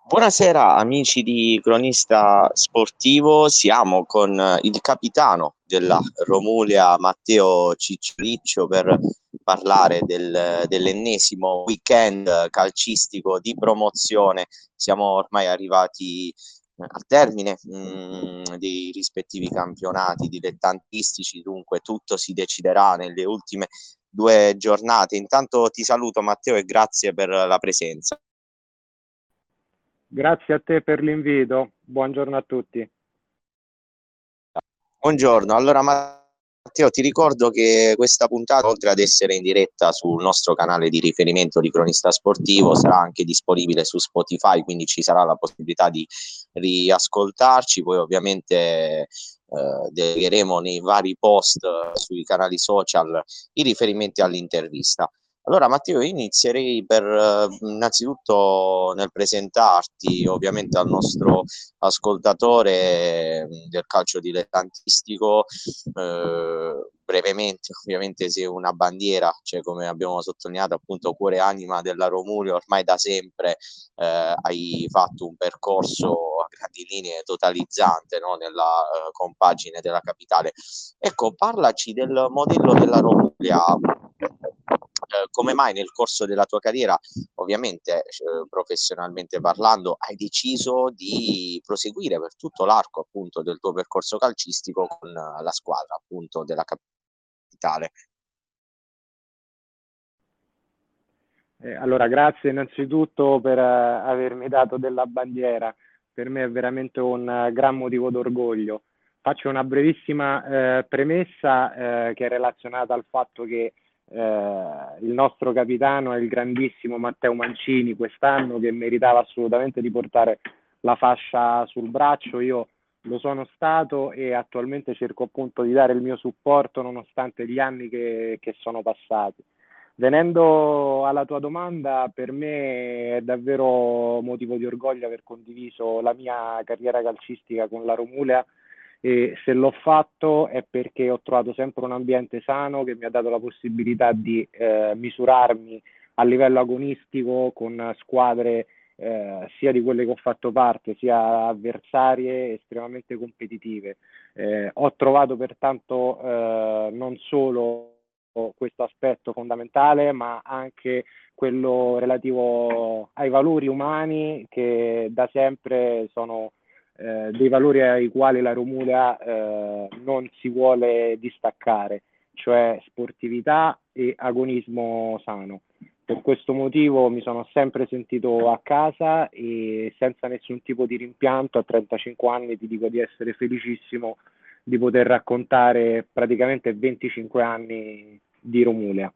Buonasera amici di Cronista Sportivo, siamo con il capitano della Romulia Matteo Ciccioriccio per parlare dell'ennesimo weekend calcistico di promozione. Siamo ormai arrivati al termine dei rispettivi campionati dilettantistici, dunque tutto si deciderà nelle ultime 2 giornate. Intanto ti saluto Matteo e grazie per la presenza. Grazie a te per l'invito, buongiorno a tutti. Buongiorno, allora Matteo, ti ricordo che questa puntata, oltre ad essere in diretta sul nostro canale di riferimento di Cronista Sportivo, sarà anche disponibile su Spotify, quindi ci sarà la possibilità di riascoltarci. Poi ovviamente delegheremo nei vari post sui canali social i riferimenti all'intervista. Allora Matteo, io inizierei per innanzitutto nel presentarti ovviamente al nostro ascoltatore del calcio dilettantistico. Brevemente, ovviamente sei una bandiera, cioè come abbiamo sottolineato appunto cuore e anima della Romulio, ormai da sempre hai fatto un percorso a grandi linee totalizzante, no? Nella compagine della capitale. Ecco, parlaci del modello della Romuglia. Come mai nel corso della tua carriera, ovviamente professionalmente parlando, hai deciso di proseguire per tutto l'arco appunto del tuo percorso calcistico con la squadra appunto della capitale? Allora, grazie innanzitutto per avermi dato della bandiera, per me è veramente un gran motivo d'orgoglio. Faccio una brevissima premessa che è relazionata al fatto che il nostro capitano è il grandissimo Matteo Mancini quest'anno che meritava assolutamente di portare la fascia sul braccio. Io lo sono stato e attualmente cerco appunto di dare il mio supporto nonostante gli anni che sono passati. Venendo alla tua domanda, per me è davvero motivo di orgoglio aver condiviso la mia carriera calcistica con la Romulea e se l'ho fatto è perché ho trovato sempre un ambiente sano che mi ha dato la possibilità di misurarmi a livello agonistico con squadre sia di quelle che ho fatto parte, sia avversarie estremamente competitive. Ho trovato pertanto non solo questo aspetto fondamentale, ma anche quello relativo ai valori umani che da sempre sono dei valori ai quali la Romula non si vuole distaccare, cioè sportività e agonismo sano. Per questo motivo mi sono sempre sentito a casa e senza nessun tipo di rimpianto, a 35 anni ti dico di essere felicissimo di poter raccontare praticamente 25 anni di Romulia.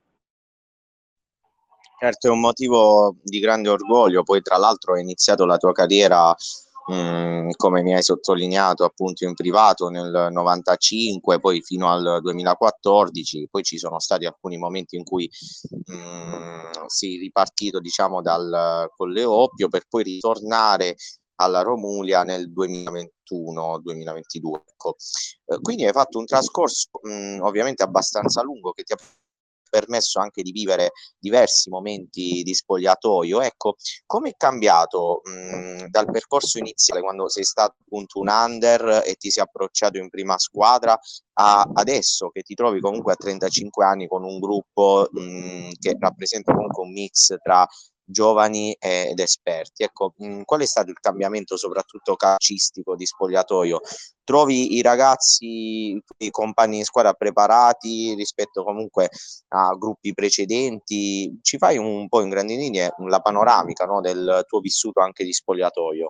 Certo, è un motivo di grande orgoglio, poi tra l'altro hai iniziato la tua carriera, come mi hai sottolineato appunto in privato nel 95, poi fino al 2014, poi ci sono stati alcuni momenti in cui si è ripartito diciamo dal Colle Oppio per poi ritornare alla Romulia nel 2021-2022. Ecco. Quindi hai fatto un trascorso ovviamente abbastanza lungo che ti ha permesso anche di vivere diversi momenti di spogliatoio. Ecco, come è cambiato dal percorso iniziale quando sei stato appunto un under e ti sei approcciato in prima squadra a adesso che ti trovi comunque a 35 anni con un gruppo che rappresenta comunque un mix tra giovani ed esperti. Ecco, qual è stato il cambiamento soprattutto calcistico di spogliatoio? Trovi i ragazzi, i compagni di squadra preparati rispetto comunque a gruppi precedenti? Ci fai un po' in grandi linee la panoramica, no, del tuo vissuto anche di spogliatoio?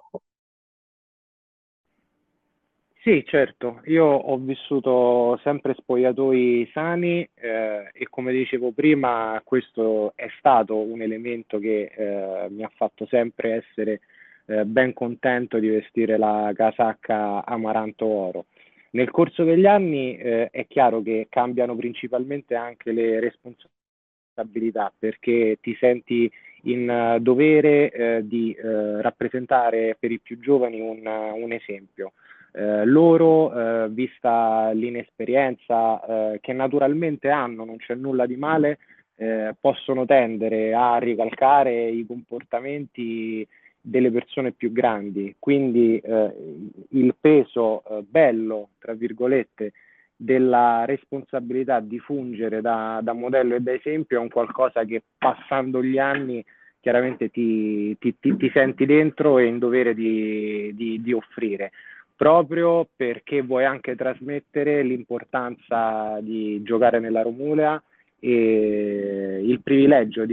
Sì, certo, io ho vissuto sempre spogliatoi sani e come dicevo prima, questo è stato un elemento che mi ha fatto sempre essere ben contento di vestire la casacca amaranto oro. Nel corso degli anni è chiaro che cambiano principalmente anche le responsabilità perché ti senti in dovere di rappresentare per i più giovani un esempio. Loro, vista l'inesperienza che naturalmente hanno, non c'è nulla di male, possono tendere a ricalcare i comportamenti delle persone più grandi, quindi il peso bello, tra virgolette, della responsabilità di fungere da modello e da esempio è un qualcosa che passando gli anni chiaramente ti senti dentro e in dovere di offrire, proprio perché vuoi anche trasmettere l'importanza di giocare nella Romulea e il privilegio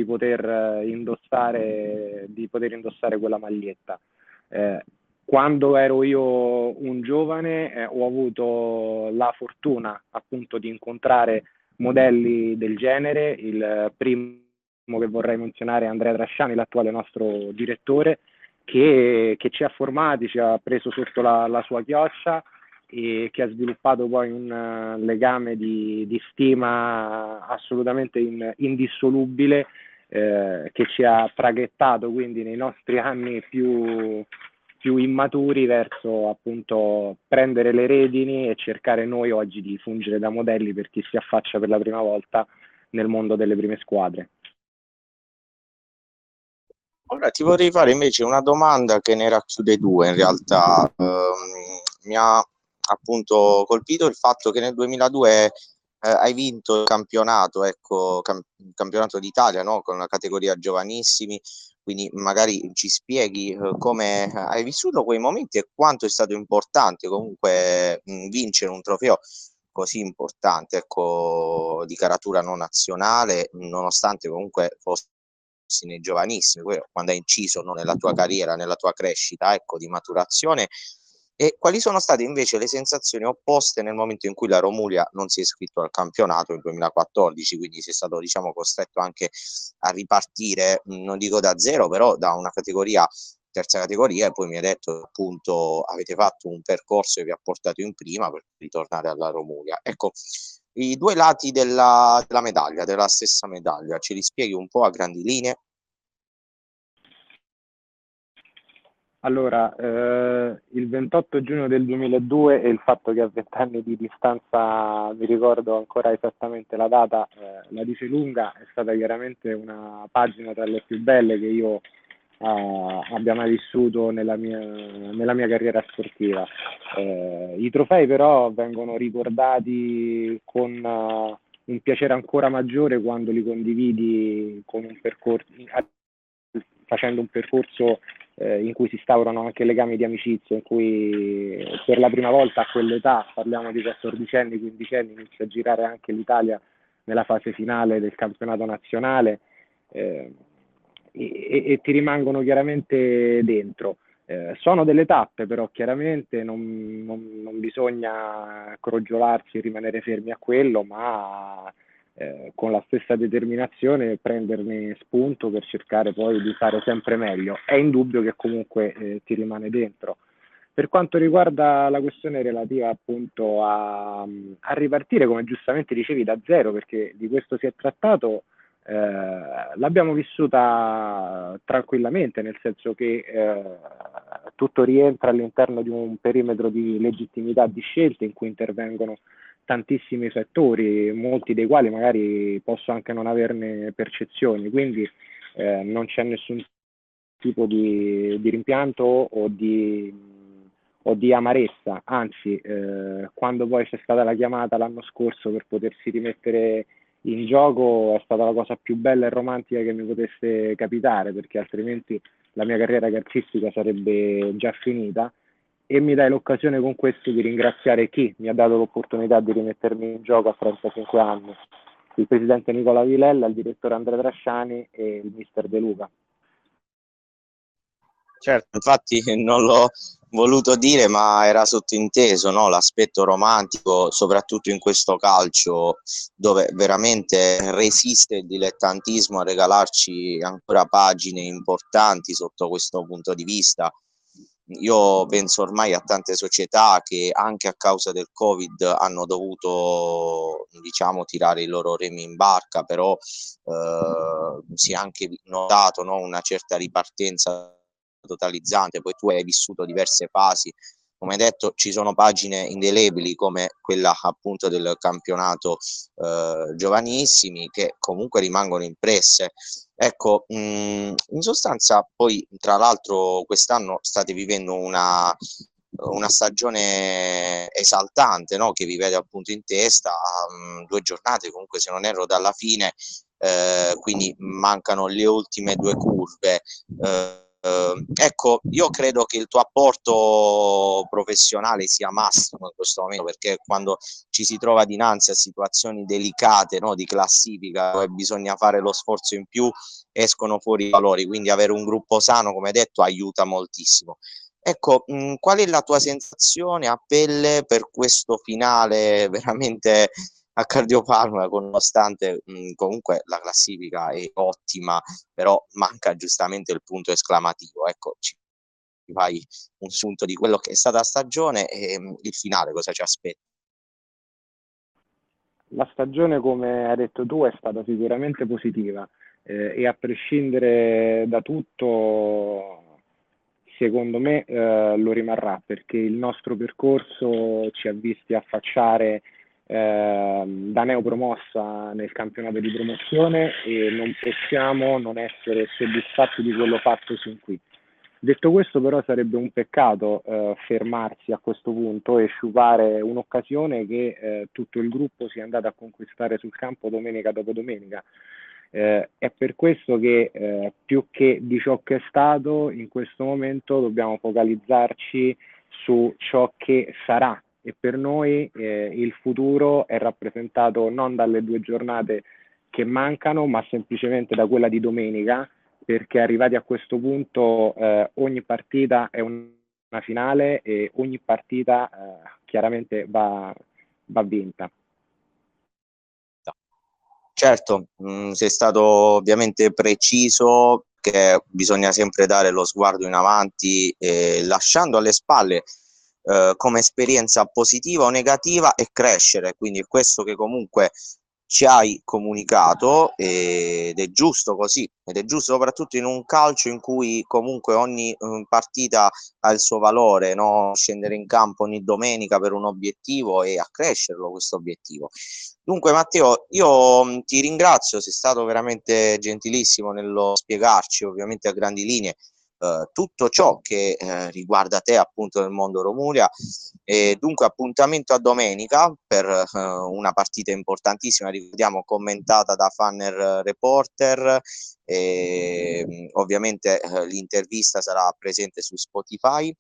di poter indossare quella maglietta. Quando ero io un giovane ho avuto la fortuna appunto di incontrare modelli del genere. Il primo che vorrei menzionare è Andrea Trasciani, l'attuale nostro direttore, che ci ha formati, ci ha preso sotto la sua chioccia e che ha sviluppato poi un legame di stima assolutamente indissolubile, che ci ha traghettato quindi nei nostri anni più immaturi verso appunto prendere le redini e cercare noi oggi di fungere da modelli per chi si affaccia per la prima volta nel mondo delle prime squadre. Ora ti vorrei fare invece una domanda che ne racchiude due in realtà. Mi ha appunto colpito il fatto che nel 2002 hai vinto il campionato, ecco, campionato d'Italia, no? Con la categoria giovanissimi, quindi magari ci spieghi come hai vissuto quei momenti e quanto è stato importante comunque vincere un trofeo così importante, ecco, di caratura non nazionale, nonostante comunque fossi nei giovanissimi, poi quando hai inciso, no, nella tua carriera, nella tua crescita, ecco, di maturazione. E quali sono state invece le sensazioni opposte nel momento in cui la Romuglia non si è iscritto al campionato nel 2014, quindi sei stato, diciamo, costretto anche a ripartire, non dico da zero, però da una categoria, terza categoria, e poi mi hai detto appunto avete fatto un percorso che vi ha portato in prima per ritornare alla Romuglia. Ecco, i due lati della medaglia, della stessa medaglia, ce li spieghi un po' a grandi linee? Allora, il 28 giugno del 2002 e il fatto che a 20 anni di distanza mi ricordo ancora esattamente la data, la dice lunga, è stata chiaramente una pagina tra le più belle che io abbia mai vissuto nella mia carriera sportiva. I trofei però vengono ricordati con un piacere ancora maggiore quando li condividi con un percorso, facendo un percorso in cui si instaurano anche legami di amicizia, in cui per la prima volta a quell'età, parliamo di 14 anni, 15 anni, inizia a girare anche l'Italia nella fase finale del campionato nazionale eh, e ti rimangono chiaramente dentro. Sono delle tappe, però chiaramente non bisogna crogiolarsi e rimanere fermi a quello, ma con la stessa determinazione prenderne spunto per cercare poi di fare sempre meglio. È indubbio che comunque ti rimane dentro. Per quanto riguarda la questione relativa appunto a ripartire, come giustamente dicevi, da zero, perché di questo si è trattato, l'abbiamo vissuta tranquillamente, nel senso che tutto rientra all'interno di un perimetro di legittimità di scelte in cui intervengono tantissimi fattori, molti dei quali magari posso anche non averne percezioni, quindi non c'è nessun tipo di rimpianto o di amarezza, anzi quando poi c'è stata la chiamata l'anno scorso per potersi rimettere in gioco è stata la cosa più bella e romantica che mi potesse capitare, perché altrimenti la mia carriera calcistica sarebbe già finita e mi dai l'occasione con questo di ringraziare chi mi ha dato l'opportunità di rimettermi in gioco a 35 anni, il presidente Nicola Vilella, il direttore Andrea Trasciani e il mister De Luca. Certo, infatti non l'ho voluto dire, ma era sottinteso, no? L'aspetto romantico, soprattutto in questo calcio dove veramente resiste il dilettantismo a regalarci ancora pagine importanti sotto questo punto di vista. Io penso ormai a tante società che anche a causa del Covid hanno dovuto, diciamo, tirare i loro remi in barca, però si è anche notato, no, una certa ripartenza totalizzante. Poi tu hai vissuto diverse fasi come detto, ci sono pagine indelebili come quella appunto del campionato giovanissimi che comunque rimangono impresse. Ecco, in sostanza poi tra l'altro quest'anno state vivendo una stagione esaltante, no? Che vi vede appunto in testa, 2 giornate comunque se non erro dalla fine, quindi mancano le ultime 2 curve. Ecco, io credo che il tuo apporto professionale sia massimo in questo momento, perché quando ci si trova dinanzi a situazioni delicate, no, di classifica, dove bisogna fare lo sforzo in più, escono fuori i valori, quindi avere un gruppo sano, come detto, aiuta moltissimo. Ecco, qual è la tua sensazione a pelle per questo finale veramente a cardiopalma, nonostante comunque la classifica è ottima, però manca giustamente il punto esclamativo. Ecco, ci fai un sunto di quello che è stata la stagione e il finale cosa ci aspetta? La stagione, come hai detto tu, è stata sicuramente positiva, e a prescindere da tutto, secondo me, lo rimarrà perché il nostro percorso ci ha visti affacciare da neopromossa nel campionato di promozione e non possiamo non essere soddisfatti di quello fatto sin qui. Detto questo, però, sarebbe un peccato fermarsi a questo punto e sciupare un'occasione che tutto il gruppo si è andato a conquistare sul campo domenica dopo domenica. È per questo che più che di ciò che è stato, in questo momento dobbiamo focalizzarci su ciò che sarà e per noi il futuro è rappresentato non dalle 2 giornate che mancano, ma semplicemente da quella di domenica, perché arrivati a questo punto ogni partita è una finale e ogni partita chiaramente va vinta. Certo, sei stato ovviamente preciso che bisogna sempre dare lo sguardo in avanti, lasciando alle spalle come esperienza positiva o negativa e crescere. Quindi è questo che comunque ci hai comunicato ed è giusto così, ed è giusto soprattutto in un calcio in cui comunque ogni partita ha il suo valore, no? Scendere in campo ogni domenica per un obiettivo e accrescerlo questo obiettivo. Dunque Matteo, io ti ringrazio, sei stato veramente gentilissimo nello spiegarci ovviamente a grandi linee tutto ciò che riguarda te appunto nel mondo Romuglia e dunque appuntamento a domenica per una partita importantissima, ricordiamo commentata da Fanner Reporter e ovviamente l'intervista sarà presente su Spotify.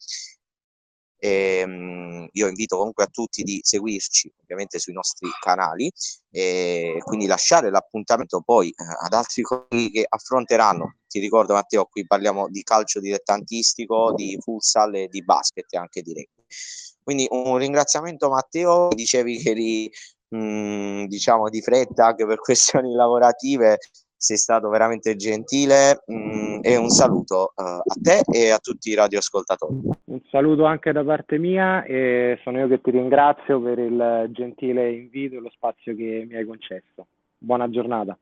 Io invito comunque a tutti di seguirci ovviamente sui nostri canali e quindi lasciare l'appuntamento poi ad altri colleghi che affronteranno. Ti ricordo Matteo, qui parliamo di calcio dilettantistico, di futsal e di basket e anche di rugby. Quindi un ringraziamento Matteo, dicevi che eri diciamo di fretta anche per questioni lavorative, sei stato veramente gentile e un saluto a te e a tutti i radioascoltatori. Un saluto anche da parte mia e sono io che ti ringrazio per il gentile invito e lo spazio che mi hai concesso. Buona giornata.